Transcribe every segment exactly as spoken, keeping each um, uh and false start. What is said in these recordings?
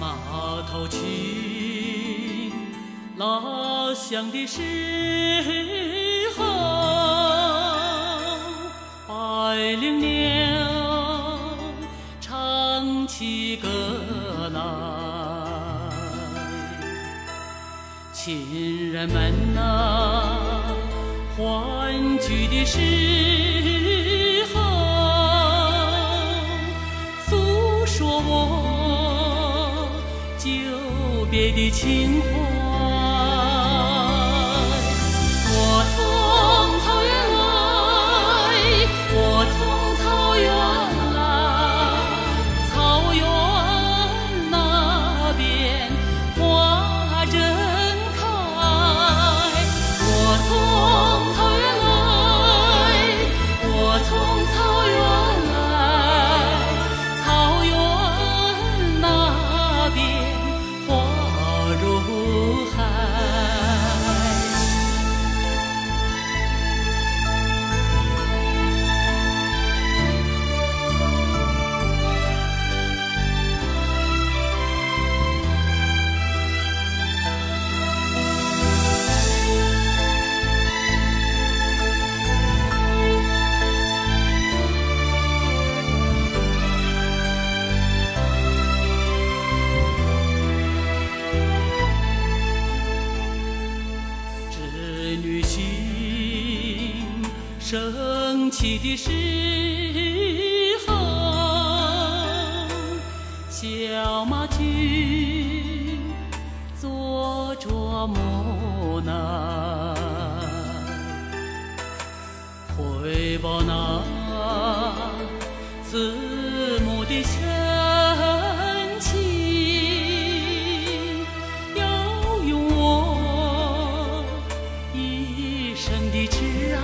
马头琴拉响的时候，百灵鸟唱起歌来，亲人们啊，欢聚的时候，诉说我久别的情怀。我从草原来，我从草原来，草原那边花正开。我从草原来，我从草原来，草原那边花如海。织女星升起的时候，小马驹坐着木乃，回报那慈母的深情，要用我一生的挚爱。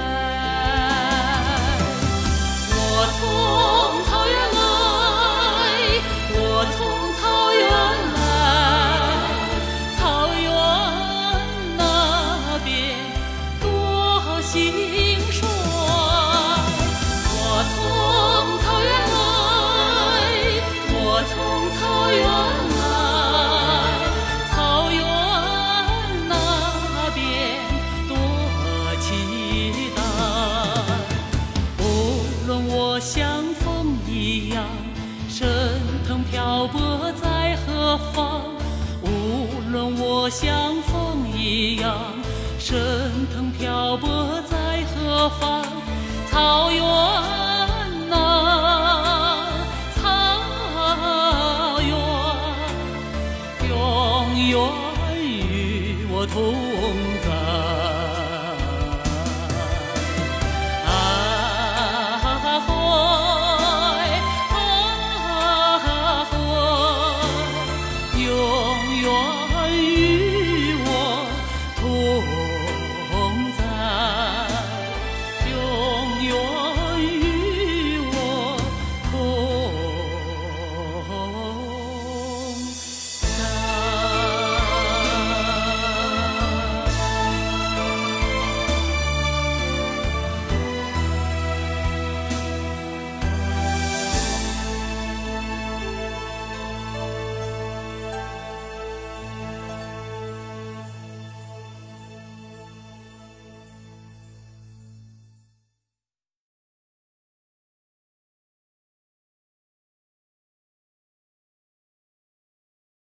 我从草原来，我从草原来，草原那边多兴衰。我从草原来，我从草原来，草原那边多期待。无论我像风一样升腾漂泊在何方，无论我像风一样升腾漂泊在何方，草原啊，草原永远与我同在。